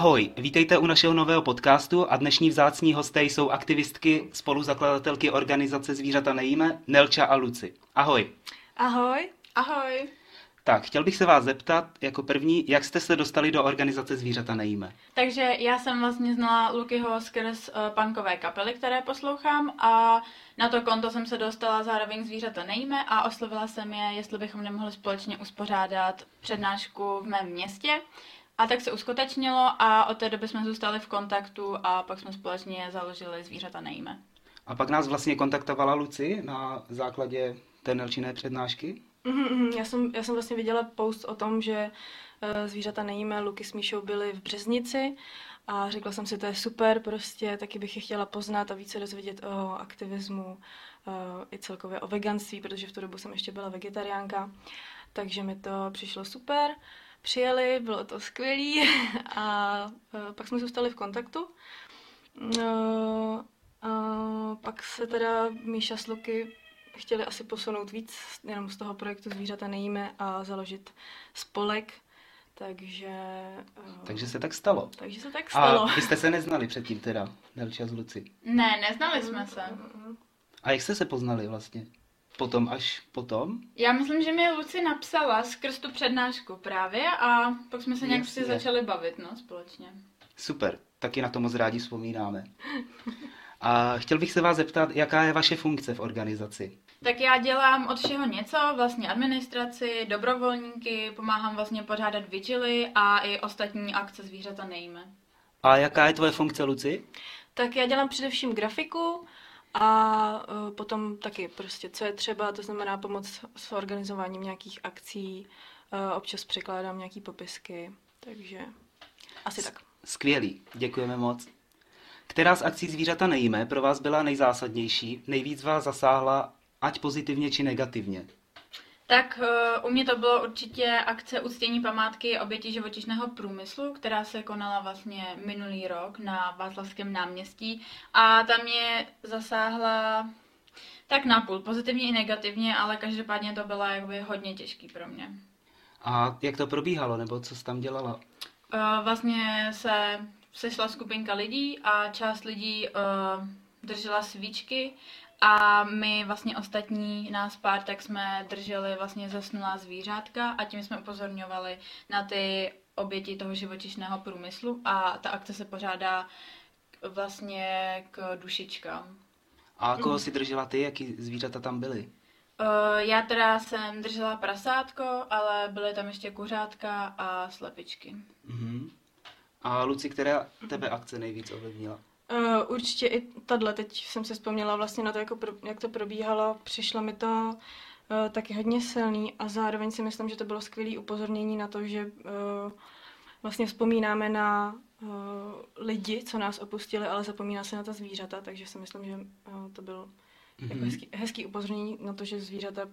Ahoj, vítejte u našeho nového podcastu a dnešní vzácní hosté jsou aktivistky, spoluzakladatelky organizace Zvířata nejíme, Nelča a Luci. Ahoj. Ahoj. Ahoj. Tak, chtěl bych se vás zeptat jako první, jak jste se dostali do organizace Zvířata nejíme? Takže já jsem vlastně znala Lukyho skrz punkové kapely, které poslouchám, a na to konto jsem se dostala zároveň Zvířata nejíme a oslovila jsem je, jestli bychom nemohli společně uspořádat přednášku v mém městě. A tak se uskutečnilo a od té doby jsme zůstali v kontaktu a pak jsme společně založili Zvířata nejíme. A pak nás vlastně kontaktovala Luci na základě té Nelčiné přednášky? Já jsem vlastně viděla post o tom, že Zvířata nejíme, Luky s Míšou byli v Březnici a řekla jsem si, to je super, prostě taky bych je chtěla poznat a více dozvědět o aktivismu i celkově o veganství, protože v tu dobu jsem ještě byla vegetariánka, takže mi to přišlo super. Přijeli, bylo to skvělý a pak jsme zůstali v kontaktu. Pak se teda Míša s Luky chtěli asi posunout víc jenom z toho projektu Zvířata nejíme a založit spolek, Takže se tak stalo. A vy jste se neznali předtím teda, Nelča s Luci? Ne, neznali jsme se. A jak jste se poznali vlastně? Až potom? Já myslím, že mi Luci napsala skrz tu přednášku právě a pak jsme se nějak si začali bavit, společně. Super, taky na to moc rádi vzpomínáme. A chtěl bych se vás zeptat, jaká je vaše funkce v organizaci? Tak já dělám od všeho něco, vlastně administraci, dobrovolníky, pomáhám vlastně pořádat vigily a i ostatní akce Zvířata nejíme. A jaká je tvoje funkce, Luci? Tak já dělám především grafiku a potom taky prostě, co je třeba, to znamená pomoc s organizováním nějakých akcí, občas překládám nějaký popisky, takže asi tak. Skvělý, děkujeme moc. Která z akcí Zvířata nejíme pro vás byla nejzásadnější, nejvíc vás zasáhla, ať pozitivně či negativně? Tak u mě to bylo určitě akce uctění památky obětí živočišného průmyslu, která se konala vlastně minulý rok na Václavském náměstí a tam mě zasáhla tak napůl, pozitivně i negativně, ale každopádně to bylo jakoby hodně těžký pro mě. A jak to probíhalo, nebo co jsi tam dělala? Vlastně se sešla skupinka lidí a část lidí držela svíčky a my vlastně ostatní, nás pár, tak jsme drželi vlastně zesnulá zvířátka a tím jsme upozorňovali na ty oběti toho živočišného průmyslu a ta akce se pořádá vlastně k dušičkám. A koho si držela ty, jaký zvířata tam byly? Já teda jsem držela prasátko, ale byly tam ještě kuřátka a slepičky. A Luci, která tebe akce nejvíc ovlivnila? Určitě i tahle, teď jsem se vzpomněla vlastně na to, jak to probíhalo, přišlo mi to taky hodně silný a zároveň si myslím, že to bylo skvělé upozornění na to, že vlastně vzpomínáme na lidi, co nás opustili, ale zapomíná se na ta zvířata, takže si myslím, že to bylo jako hezký upozornění na to, že zvířata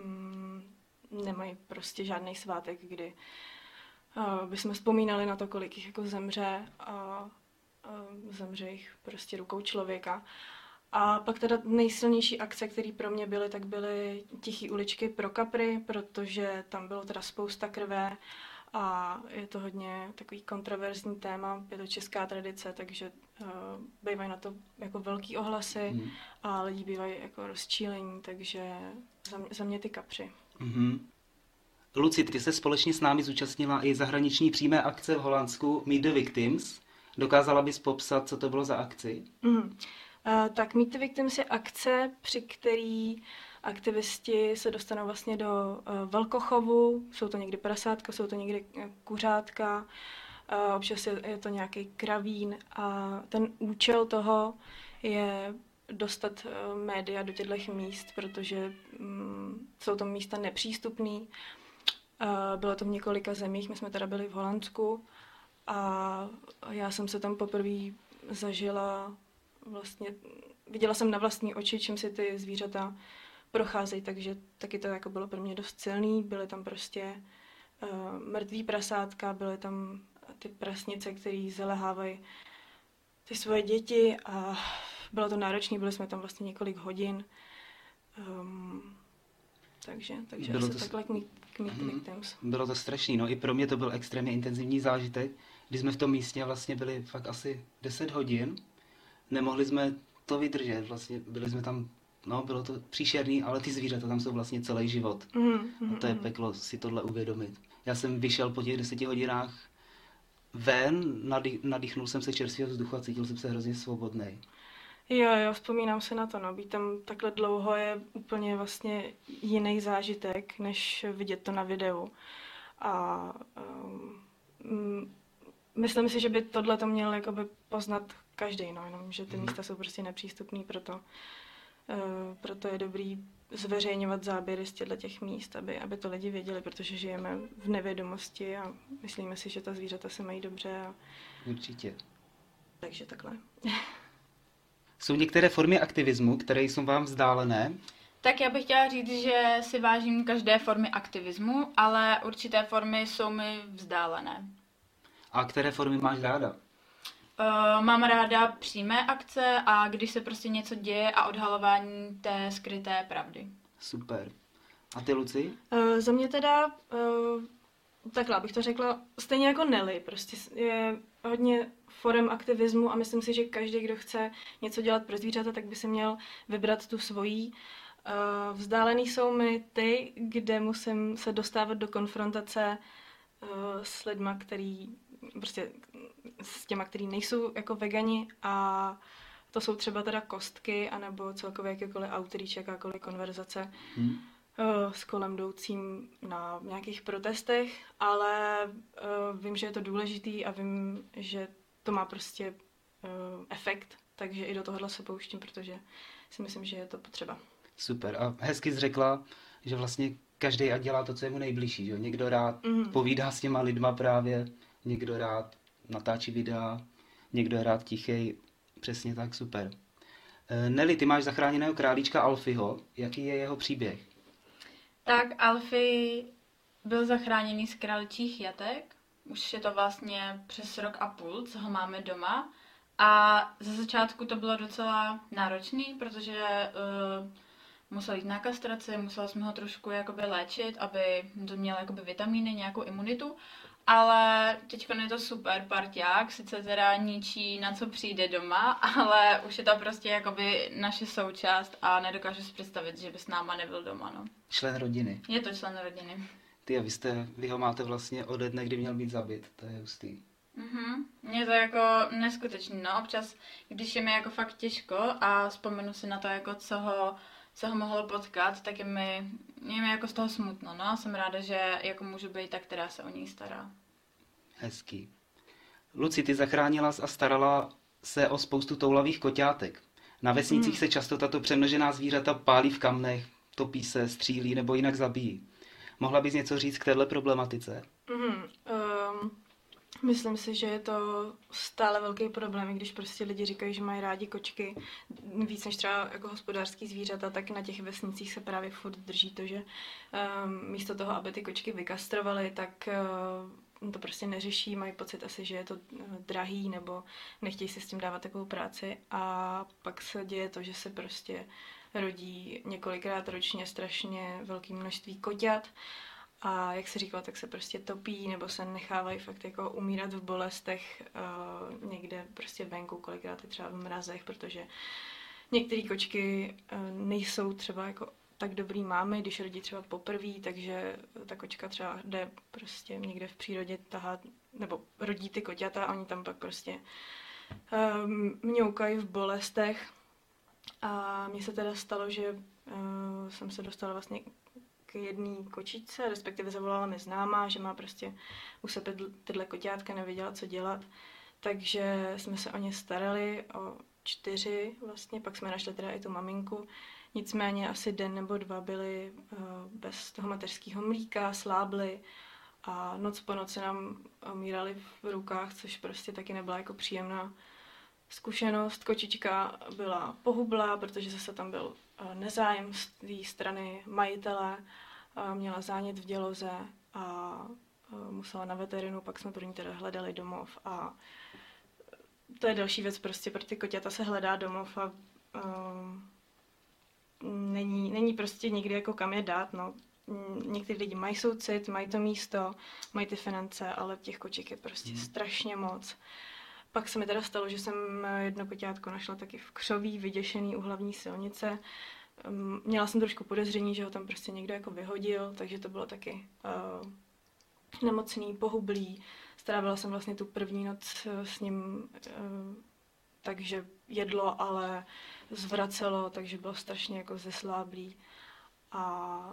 nemají prostě žádný svátek, kdy bychom vzpomínali na to, kolik jich jako zemře a zemře jich prostě rukou člověka. A pak teda nejsilnější akce, které pro mě byly, tak byly Tichý uličky pro kapry, protože tam bylo teda spousta krve a je to hodně takový kontroverzní téma, je to česká tradice, takže bývají na to jako velký ohlasy a lidi bývají jako rozčílení, takže za mě ty kapři. Luci, ty se společně s námi zúčastnila i zahraniční přímé akce v Holandsku Meet the Victims. Dokázala bys popsat, co to bylo za akci? Tak Meet the Victims je akce, při který aktivisti se dostanou vlastně do velkochovu, jsou to někdy prasátka, jsou to někdy kuřátka, občas je to nějaký kravín a ten účel toho je dostat média do těchto míst, protože jsou to místa nepřístupný. Bylo to v několika zemích, my jsme teda byli v Holandsku a já jsem se tam poprvé zažila, vlastně viděla jsem na vlastní oči, čím si ty zvířata procházejí, takže taky to jako bylo pro mě dost silný, byly tam prostě mrtví prasátka, byly tam ty prasnice, které zalehávají ty svoje děti a bylo to náročné, byli jsme tam vlastně několik hodin. Takže bylo asi to takhle k Meet the Victims. Bylo to strašný, no i pro mě to byl extrémně intenzivní zážitek. Když jsme v tom místě vlastně byli fakt asi 10 hodin, nemohli jsme to vydržet, vlastně byli jsme tam, no bylo to příšerný, ale ty zvířata tam jsou vlastně celý život. A to je peklo si tohle uvědomit. Já jsem vyšel po těch 10 hodinách ven, nadýchnul jsem se čerstvého vzduchu a cítil jsem se hrozně svobodnej. Jo, vzpomínám se na to, no. Být tam takhle dlouho je úplně vlastně jiný zážitek, než vidět to na videu. A myslím si, že by tohle to měl jakoby poznat každý, no, jenom že ty místa jsou prostě nepřístupný, proto je dobrý zveřejňovat záběry z těch míst, aby to lidi věděli, protože žijeme v nevědomosti a myslíme si, že ta zvířata se mají dobře. Určitě. Takže takhle. Jsou některé formy aktivismu, které jsou vám vzdálené? Tak já bych chtěla říct, že si vážím každé formy aktivismu, ale určité formy jsou mi vzdálené. A které formy máš ráda? Mám ráda přímé akce a když se prostě něco děje a odhalování té skryté pravdy. Super. A ty, Luci? Za mě teda, takhle abych to řekla, stejně jako Nelly, prostě je hodně forem aktivismu a myslím si, že každý, kdo chce něco dělat pro zvířata, tak by si měl vybrat tu svojí. Vzdálený jsou mi ty, kde musím se dostávat do konfrontace s lidma, prostě s těma, který nejsou jako vegani a to jsou třeba teda kostky anebo celkově jakýkoliv outreach, jakákoliv konverzace s kolem jdoucím na nějakých protestech, ale vím, že je to důležitý a vím, že to má prostě efekt, takže i do tohohle se pouštím, protože si myslím, že je to potřeba. Super. A hezky jsi řekla, že vlastně každý ať dělá to, co je mu nejbližší. Že? Někdo rád povídá s těma lidma právě, někdo rád natáčí videa, někdo je rád tichej. Přesně tak, super. Nelly, ty máš zachráněného králíčka Alfieho. Jaký je jeho příběh? Tak Alfie byl zachráněný z králičích jatek. Už je to vlastně přes 1,5 roku, co ho máme doma. A ze začátku to bylo docela náročný, protože musel jít na kastraci, museli jsme ho trošku jakoby léčit, aby měl jakoby vitamíny, nějakou imunitu. Ale teď je to super parťák, sice teda ničí, na co přijde doma, ale už je to prostě jakoby naše součást a nedokážu si představit, že by s náma nebyl doma, no. Člen rodiny. Je to člen rodiny. Ty a vy ho máte vlastně ode dne, kdy měl být zabit, to je hustý. Je to jako neskutečný, no, občas, když je mi jako fakt těžko a vzpomenu si na to, jako co ho mohlo potkat, tak je mi jako z toho smutno, no, jsem ráda, že jako můžu být ta, která se o něj stará. Hezký. Luci, ty zachránila a starala se o spoustu toulavých koťátek. Na vesnicích se často tato přemnožená zvířata pálí v kamnech, topí se, střílí nebo jinak zabíjí. Mohla bys něco říct k téhle problematice? Myslím si, že je to stále velký problém, když prostě lidi říkají, že mají rádi kočky víc než třeba jako hospodářský zvířata, tak na těch vesnicích se právě furt drží to, že místo toho, aby ty kočky vykastrovali, tak to prostě neřeší, mají pocit asi, že je to drahý nebo nechtějí si s tím dávat takovou práci a pak se děje to, že se prostě rodí několikrát ročně strašně velké množství koťat. A jak se říkalo, tak se prostě topí nebo se nechávají fakt jako umírat v bolestech někde prostě venku, kolikrát je třeba v mrazech, protože některé kočky nejsou třeba jako tak dobrý mámy, když rodí třeba poprvé, takže ta kočka třeba jde prostě někde v přírodě tahat, nebo rodí ty koťata a oni tam pak prostě mňoukají v bolestech. A mně se teda stalo, že jsem se dostala vlastně k jedné kočičce, respektive zavolala mi známá, že má prostě u sebe tyhle koťátka, nevěděla, co dělat. Takže jsme se o ně starali, o 4 vlastně, pak jsme našli teda i tu maminku. Nicméně asi den nebo 2 byly bez toho mateřského mlíka, slábly a noc po noci nám umírali v rukách, což prostě taky nebyla jako příjemná zkušenost. Kočička byla pohublá, protože zase tam byl nezájem z té strany majitele, měla zánět v děloze a musela na veterinu, pak jsme pro ní teda hledali domov a to je další věc, prostě pro ty koťata se hledá domov a není prostě nikdy jako kam je dát, no. někteří lidi mají soucit, mají to místo, mají ty finance, ale těch koček je prostě strašně moc. Pak se mi teda stalo, že jsem jedno koťátko našla taky v křoví, vyděšený u hlavní silnice. Měla jsem trošku podezření, že ho tam prostě někdo jako vyhodil, takže to bylo taky nemocný, pohublý. Strávila jsem vlastně tu první noc s ním, takže jedlo, ale zvracelo, takže bylo strašně jako zesláblý. A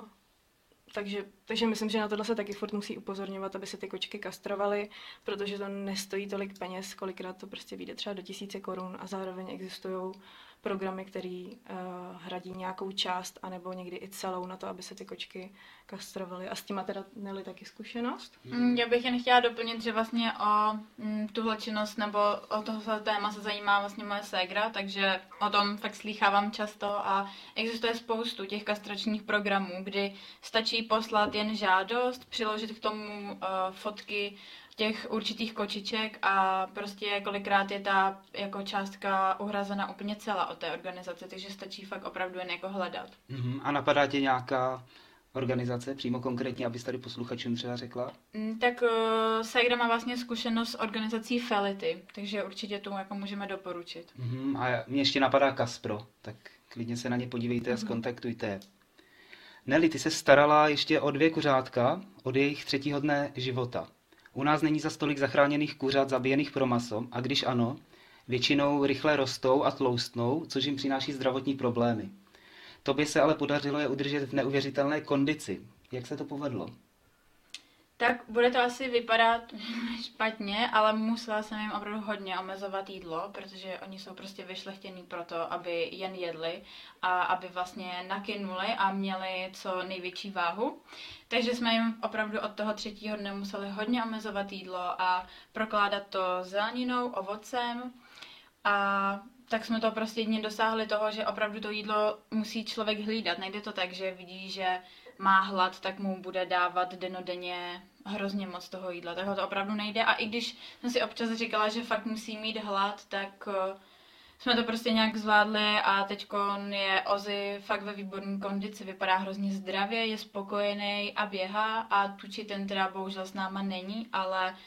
takže myslím, že na tohle se taky furt musí upozorňovat, aby se ty kočky kastrovaly, protože to nestojí tolik peněz, kolikrát to prostě vyjde třeba do 1000 korun a zároveň existují programy, které hradí nějakou část, anebo někdy i celou na to, aby se ty kočky kastrovaly. A s tím má teda Nelly taky zkušenost? Já bych jen chtěla doplnit, že vlastně o tuhle činnost nebo o tohle téma se zajímá vlastně moje ségra, takže o tom fakt slýchávám často a existuje spoustu těch kastračních programů, kdy stačí poslat jen žádost, přiložit k tomu fotky těch určitých kočiček a prostě kolikrát je ta jako částka uhrazena úplně celá od té organizace, takže stačí fakt opravdu jen jako hledat. A napadá tě nějaká organizace, přímo konkrétně, abys tady posluchačům třeba řekla? Tak ségra má vlastně zkušenost s organizací Felity, takže určitě tu jako můžeme doporučit. A mě ještě napadá Kaspro, tak klidně se na ně podívejte a zkontaktujte. Nelly, ty se starala ještě o 2 kuřátka od jejich 3. dne života. U nás není za stolik zachráněných kuřat zabíjených pro maso, a když ano, většinou rychle rostou a tloustnou, což jim přináší zdravotní problémy. Tobě se ale podařilo je udržet v neuvěřitelné kondici. Jak se to povedlo? Tak bude to asi vypadat špatně, ale musela jsem jim opravdu hodně omezovat jídlo, protože oni jsou prostě vyšlechtění pro to, aby jen jedli a aby vlastně nakynuli a měli co největší váhu. Takže jsme jim opravdu od toho 3. dne museli hodně omezovat jídlo a prokládat to zeleninou, ovocem a tak jsme to prostě jedně dosáhli toho, že opravdu to jídlo musí člověk hlídat. Nejde to tak, že vidí, že má hlad, tak mu bude dávat dennodenně hrozně moc toho jídla. Takhle to opravdu nejde. A i když jsem si občas říkala, že fakt musí mít hlad, tak jsme to prostě nějak zvládli a teďko je Ozzy fakt ve výborné kondici. Vypadá hrozně zdravě, je spokojený a běhá a Tuči ten teda bohužel s náma není, ale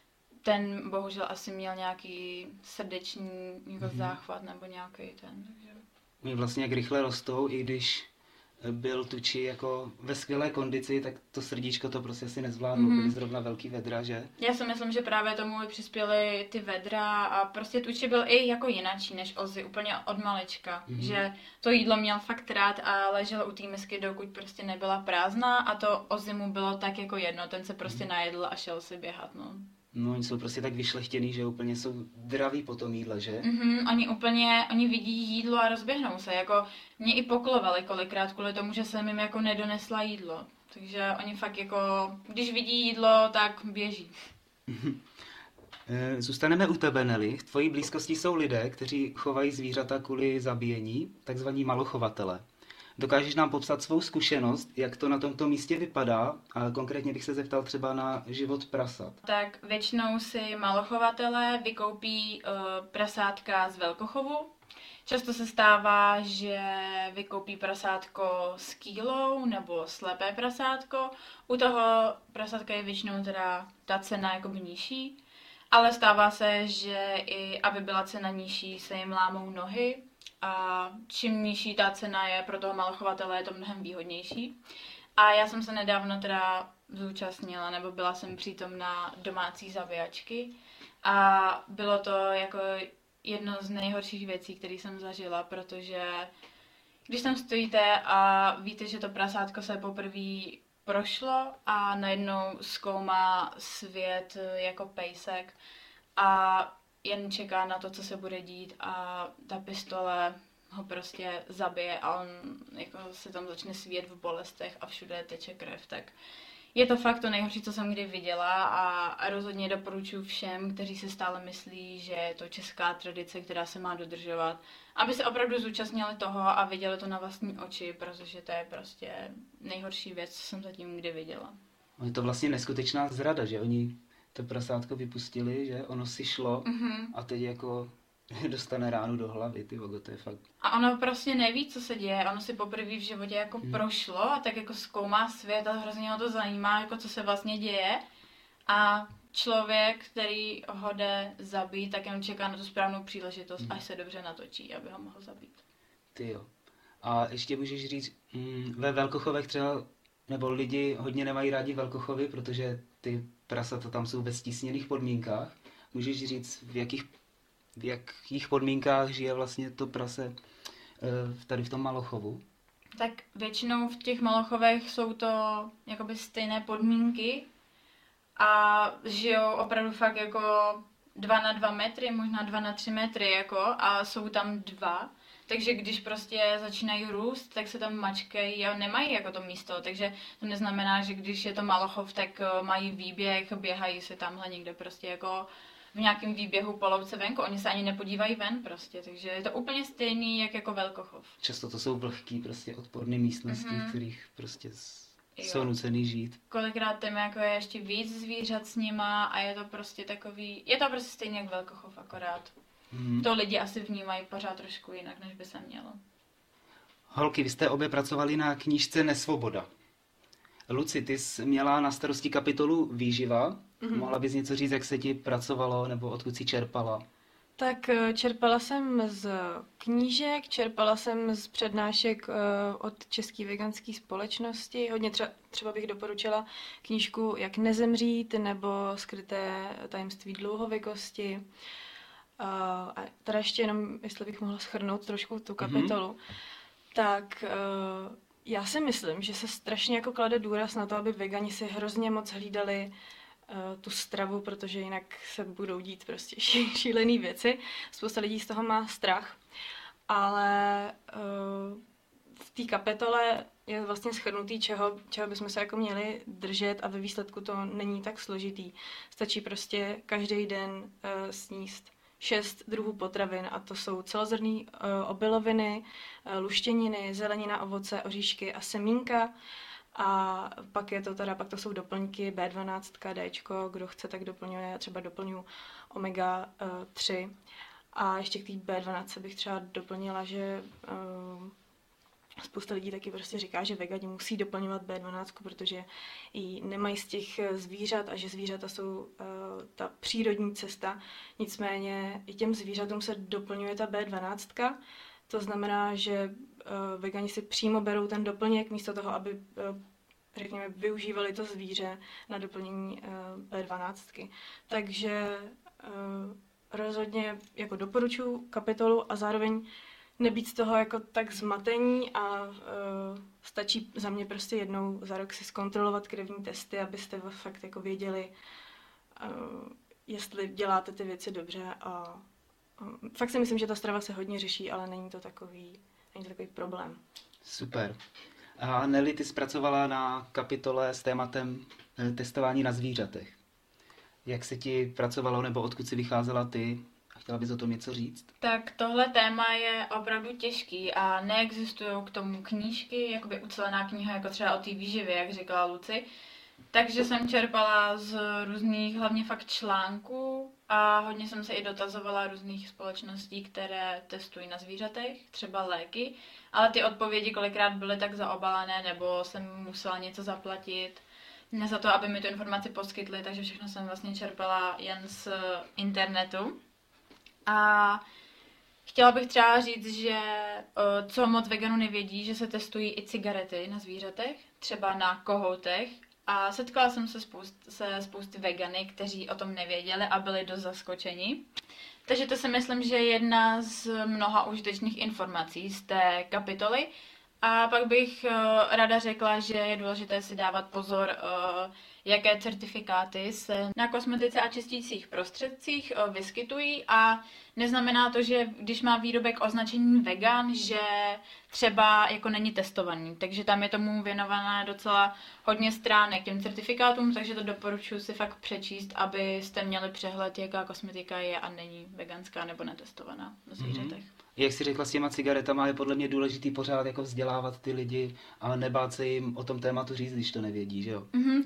ten bohužel asi měl nějaký srdeční jako záchvat nebo nějaký ten. Takže... Oni vlastně jak rychle rostou, i když byl Tuči jako ve skvělé kondici, tak to srdíčko to prostě asi nezvládlo, byly zrovna velký vedra, že? Já si myslím, že právě tomu i přispěly ty vedra a prostě Tuči byl i jako jinačí než Ozzy, úplně od malička, že to jídlo měl fakt rád a ležel u té misky, dokud prostě nebyla prázdná a to Ozzy mu bylo tak jako jedno, ten se prostě najedl a šel si běhat, no. No, oni jsou prostě tak vyšlechtěný, že úplně jsou draví po tom jídle, že? Oni vidí jídlo a rozběhnou se, jako mě i poklovali kolikrát kvůli tomu, že jsem jim jako nedonesla jídlo. Takže oni fakt jako, když vidí jídlo, tak běží. Zůstaneme u tebe, Nelly. V tvojí blízkosti jsou lidé, kteří chovají zvířata kvůli zabíjení, takzvaní malochovatele. Dokážeš nám popsat svou zkušenost, jak to na tomto místě vypadá? A konkrétně bych se zeptal třeba na život prasat. Tak většinou si malochovatelé vykoupí prasátka z velkochovu. Často se stává, že vykoupí prasátko s kýlou nebo slepé prasátko. U toho prasátka je většinou teda ta cena jakoby nižší, ale stává se, že i aby byla cena nižší, se jim lámou nohy. A čím nižší ta cena je pro toho malochovatele, je to mnohem výhodnější. A já jsem se nedávno teda zúčastnila, nebo byla jsem přítomna domácí zabíjačky a bylo to jako jedno z nejhorších věcí, které jsem zažila, protože když tam stojíte a víte, že to prasátko se poprvé prošlo a najednou zkoumá svět jako pejsek a jen čeká na to, co se bude dít a ta pistole ho prostě zabije a on jako se tam začne svíjet v bolestech a všude teče krev, tak je to fakt to nejhorší, co jsem kdy viděla a rozhodně doporučuji všem, kteří se stále myslí, že je to česká tradice, která se má dodržovat, aby se opravdu zúčastnili toho a viděli to na vlastní oči, protože to je prostě nejhorší věc, co jsem zatím kdy viděla. Je to vlastně neskutečná zrada, že oni to prasátko vypustili, že ono si šlo a teď jako dostane ránu do hlavy, ty vogo, to je fakt. A ono prostě neví, co se děje, ono si poprvé v životě jako prošlo a tak jako zkoumá svět a hrozně ho to zajímá, jako co se vlastně děje. A člověk, který ho jde zabít, tak jenom čeká na tu správnou příležitost, až se dobře natočí, aby ho mohl zabít. Ty jo. A ještě můžeš říct, ve velkochovech třeba, nebo lidi hodně nemají rádi velkochovy, protože ty prasata tam jsou ve stísněných podmínkách. Můžeš říct, v jakých podmínkách žije vlastně to prase tady v tom malochovu? Tak většinou v těch malochovech jsou to jakoby stejné podmínky a žijou opravdu fakt jako 2 na 2 metry, možná 2 na 3 metry jako a jsou tam 2. Takže když prostě začínají růst, tak se tam mačkají a nemají jako to místo. Takže to neznamená, že když je to malochov, tak mají výběh, běhají se tamhle někde prostě jako v nějakém výběhu po louce venku. Oni se ani nepodívají ven prostě, takže je to úplně stejný jako velkochov. Často to jsou vlhký, prostě odporné místnosti, v kterých prostě jsou nucený žít. Kolikrát tam jako je ještě víc zvířat s nima a je to prostě takový, je to prostě stejný jak velkochov akorát. To lidi asi vnímají pořád trošku jinak, než by se mělo. Holky, vy jste obě pracovali na knížce Nesvoboda. Luci, ty jsi měla na starosti kapitolu výživa. Mohla bys něco říct, jak se ti pracovalo, nebo odkud jsi čerpala? Tak čerpala jsem z knížek, čerpala jsem z přednášek od České veganské společnosti. Hodně třeba bych doporučila knížku Jak nezemřít nebo Skryté tajemství dlouhověkosti. A teda ještě jenom, jestli bych mohla shrnout trošku tu kapitolu, tak já si myslím, že se strašně jako klade důraz na to, aby vegani si hrozně moc hlídali tu stravu, protože jinak se budou dít prostě šílený věci. Spousta lidí z toho má strach, ale v té kapitole je vlastně shrnutý, čeho bychom se jako měli držet a ve výsledku to není tak složitý. Stačí prostě každý den sníst 6 druhů potravin a to jsou celozrnné obiloviny, luštěniny, zelenina, ovoce, oříšky a semínka. A pak to jsou doplňky B12, Dčko, kdo chce, tak doplňuje, já třeba doplňuji omega 3. A ještě k té B12 bych třeba doplnila, že spousta lidí taky prostě říká, že vegani musí doplňovat B12, protože ji nemají z těch zvířat a že zvířata jsou ta přírodní cesta. Nicméně i těm zvířatům se doplňuje ta B12. To znamená, že vegani si přímo berou ten doplněk místo toho, aby řekněme, využívali to zvíře na doplnění B12. Takže rozhodně jako doporučuji kapitolu a zároveň nebýt z toho jako tak zmatení a stačí za mě prostě jednou za rok si zkontrolovat krevní testy, abyste fakt jako věděli, jestli děláte ty věci dobře a fakt si myslím, že ta strava se hodně řeší, ale není to takový problém. Super. A Nelly, ty zpracovala na kapitole s tématem testování na zvířatech. Jak se ti pracovalo, nebo odkud si vycházela ty? A chtěla bys o tom něco říct? Tak tohle téma je opravdu těžký a neexistují k tomu knížky, jakoby ucelená kniha, jako třeba o té výživě, jak říkala Luci. Takže jsem čerpala z různých, hlavně fakt článků a hodně jsem se i dotazovala různých společností, které testují na zvířatech, třeba léky, ale ty odpovědi kolikrát byly tak zaobalené, nebo jsem musela něco zaplatit za to, aby mi tu informaci poskytli, takže všechno jsem vlastně čerpala jen z internetu. A chtěla bych třeba říct, že co moc veganů nevědí, že se testují i cigarety na zvířatech, třeba na kohoutech. A setkala jsem se spousty vegany, kteří o tom nevěděli a byli dost zaskočeni. Takže to si myslím, že je jedna z mnoha užitečných informací z té kapitoly. A pak bych ráda řekla, že je důležité si dávat pozor, jaké certifikáty se na kosmetice a čistících prostředcích vyskytují a neznamená to, že když má výrobek označení vegan, že třeba jako není testovaný. Takže tam je tomu věnované docela hodně stránek těm certifikátům, takže to doporučuji si fakt přečíst, abyste měli přehled, jaká kosmetika je a není veganská nebo netestovaná na zvířatech. Jak jsi řekla s těma cigaretama, je podle mě důležitý pořád jako vzdělávat ty lidi, ale nebát se jim o tom tématu říct, když to nevědí, že jo? To určitě,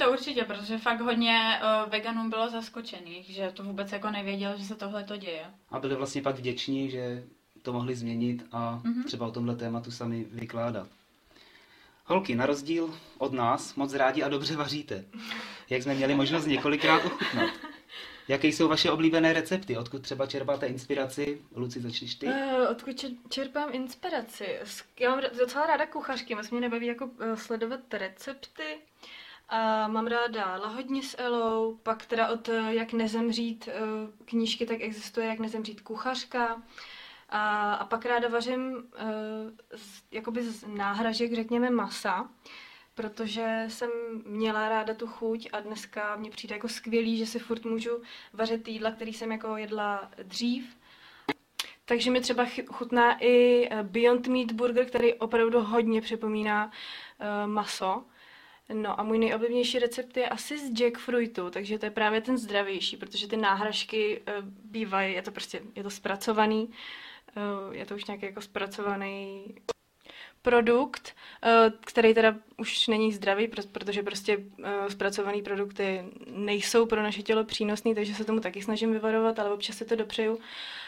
protože fakt hodně veganů bylo zaskočených, že to vůbec jako nevěděl, že se tohle to děje. A byli vlastně pak vděční, že to mohli změnit a třeba o tomhle tématu sami vykládat. Holky, na rozdíl od nás moc rádi a dobře vaříte, jak jsme měli možnost několikrát ochutnat. Jaké jsou vaše oblíbené recepty? Odkud třeba čerpáte inspiraci? Luci, začneš ty? Odkud čerpám inspiraci? Já mám docela ráda kuchařky, moc mě nebaví jako sledovat recepty. A mám ráda Lahodně s Elou, pak teda od Jak nezemřít knížky, tak existuje Jak nezemřít kuchařka. A pak ráda vařím jakoby z náhražek, řekněme, masa, protože jsem měla ráda tu chuť a dneska mně přijde jako skvělý, že si furt můžu vařit jídla, který jsem jako jedla dřív. Takže mi třeba chutná i Beyond Meat burger, který opravdu hodně připomíná maso. No a můj nejoblíbenější recept je asi z jackfruitu, takže to je právě ten zdravější, protože ty náhražky bývají, je to zpracovaný, je to už nějaký jako zpracovaný produkt, který teda už není zdravý, protože prostě zpracovaný produkty nejsou pro naše tělo přínosný, takže se tomu taky snažím vyvarovat, ale občas si to dopřeju.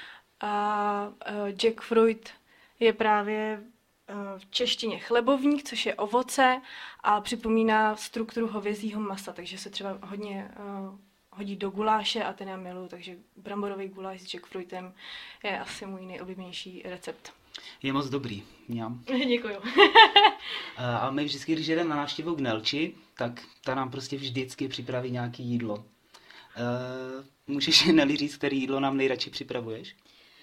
A jackfruit je právě v češtině chlebovník, což je ovoce a připomíná strukturu hovězího masa, takže se třeba hodně hodí do guláše a ten já miluju, takže bramborový guláš s jackfruitem je asi můj nejoblíbenější recept. Je moc dobrý, mňam. Děkuju. A my vždycky, když jdeme na návštěvu k Nelči, tak ta nám prostě vždycky připraví nějaké jídlo. Můžeš, Neli, říct, který jídlo nám nejradši připravuješ?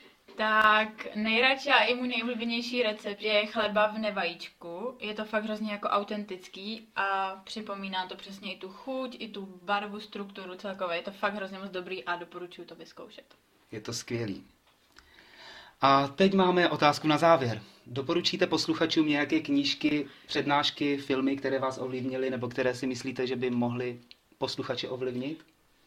Tak nejradši a i můj nejoblíbenější recept je chleba v nevajíčku. Je to fakt hrozně jako autentický a připomíná to přesně i tu chuť, i tu barvu, strukturu celkově. Je to fakt hrozně moc dobrý a doporučuji to vyzkoušet. Je to skvělý. A teď máme otázku na závěr. Doporučíte posluchačům nějaké knížky, přednášky, filmy, které vás ovlivnily nebo které si myslíte, že by mohly posluchače ovlivnit?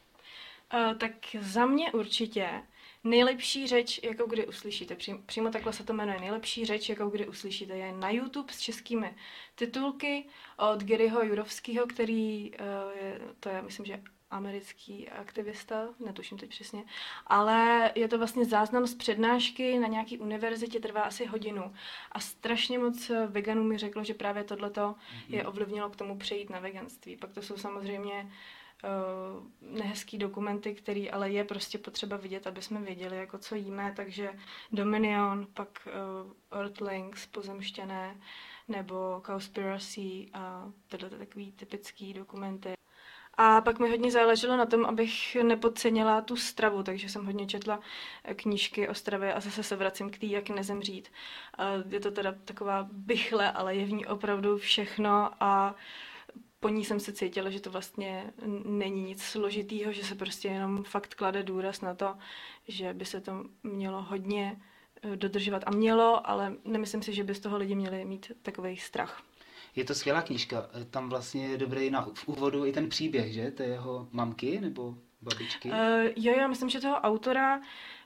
Tak za mě určitě nejlepší řeč, jakou kdy uslyšíte. Přímo takhle se to jmenuje. Nejlepší řeč, jakou kdy uslyšíte, je na YouTube s českými titulky od Garyho Jurovského, který to je, myslím, že americký aktivista, netuším teď přesně, ale je to vlastně záznam z přednášky na nějaký univerzitě, trvá asi hodinu. A strašně moc veganů mi řeklo, že právě tohleto je ovlivnilo k tomu přejít na veganství. Pak to jsou samozřejmě nehezký dokumenty, který ale je prostě potřeba vidět, aby jsme věděli, jako co jíme, takže Dominion, pak Earthlings, Pozemšťané, nebo Cowspiracy a tyhle takový typický dokumenty. A pak mi hodně záleželo na tom, abych nepodcenila tu stravu, takže jsem hodně četla knížky o stravě a zase se vracím k té Jak nezemřít. Je to teda taková bychle, ale je v ní opravdu všechno a po ní jsem se cítila, že to vlastně není nic složitýho, že se prostě jenom fakt klade důraz na to, že by se to mělo hodně dodržovat a mělo, ale nemyslím si, že by z toho lidi měli mít takovej strach. Je to skvělá knížka. Tam vlastně je dobrý v úvodu i ten příběh, že? To je jeho mamky nebo babičky? Jo, myslím, že toho autora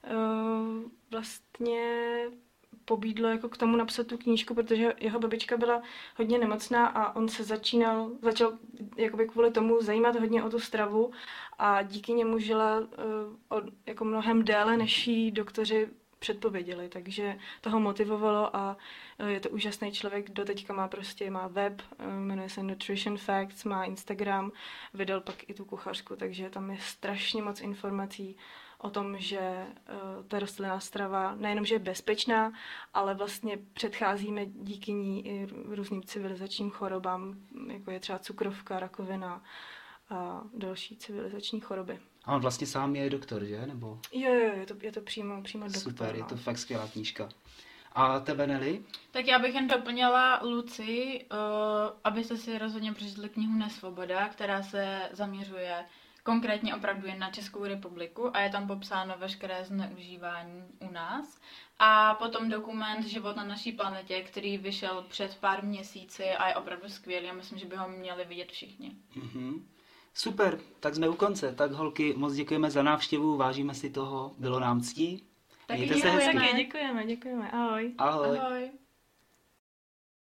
vlastně pobídlo jako k tomu napsat tu knížku, protože jeho babička byla hodně nemocná a on se začal jakoby kvůli tomu zajímat hodně o tu stravu a díky němu žila jako mnohem déle, než jí doktoři předpověděli, takže toho motivovalo a je to úžasný člověk, doteďka má web, jmenuje se Nutrition Facts, má Instagram, vydal pak i tu kuchařku, takže tam je strašně moc informací o tom, že ta rostlinná strava nejenom, že je bezpečná, ale vlastně předcházíme díky ní i různým civilizačním chorobám, jako je třeba cukrovka, rakovina a další civilizační choroby. A on vlastně sám je doktor, že? Nebo? Jo, je to přímo doktor. Super, je to fakt skvělá knížka. A tebe, Neli? Tak já bych jen doplnila Luci, abyste si rozhodně přečetli knihu Nesvoboda, která se zaměřuje konkrétně opravdu jen na Českou republiku a je tam popsáno veškeré zneužívání u nás. A potom dokument Život na naší planetě, který vyšel před pár měsíci a je opravdu skvělý a myslím, že by ho měli vidět všichni. Super, tak jsme u konce. Tak holky, moc děkujeme za návštěvu, vážíme si toho, bylo nám ctí. Taky děkujeme. Ahoj. Ahoj. Ahoj.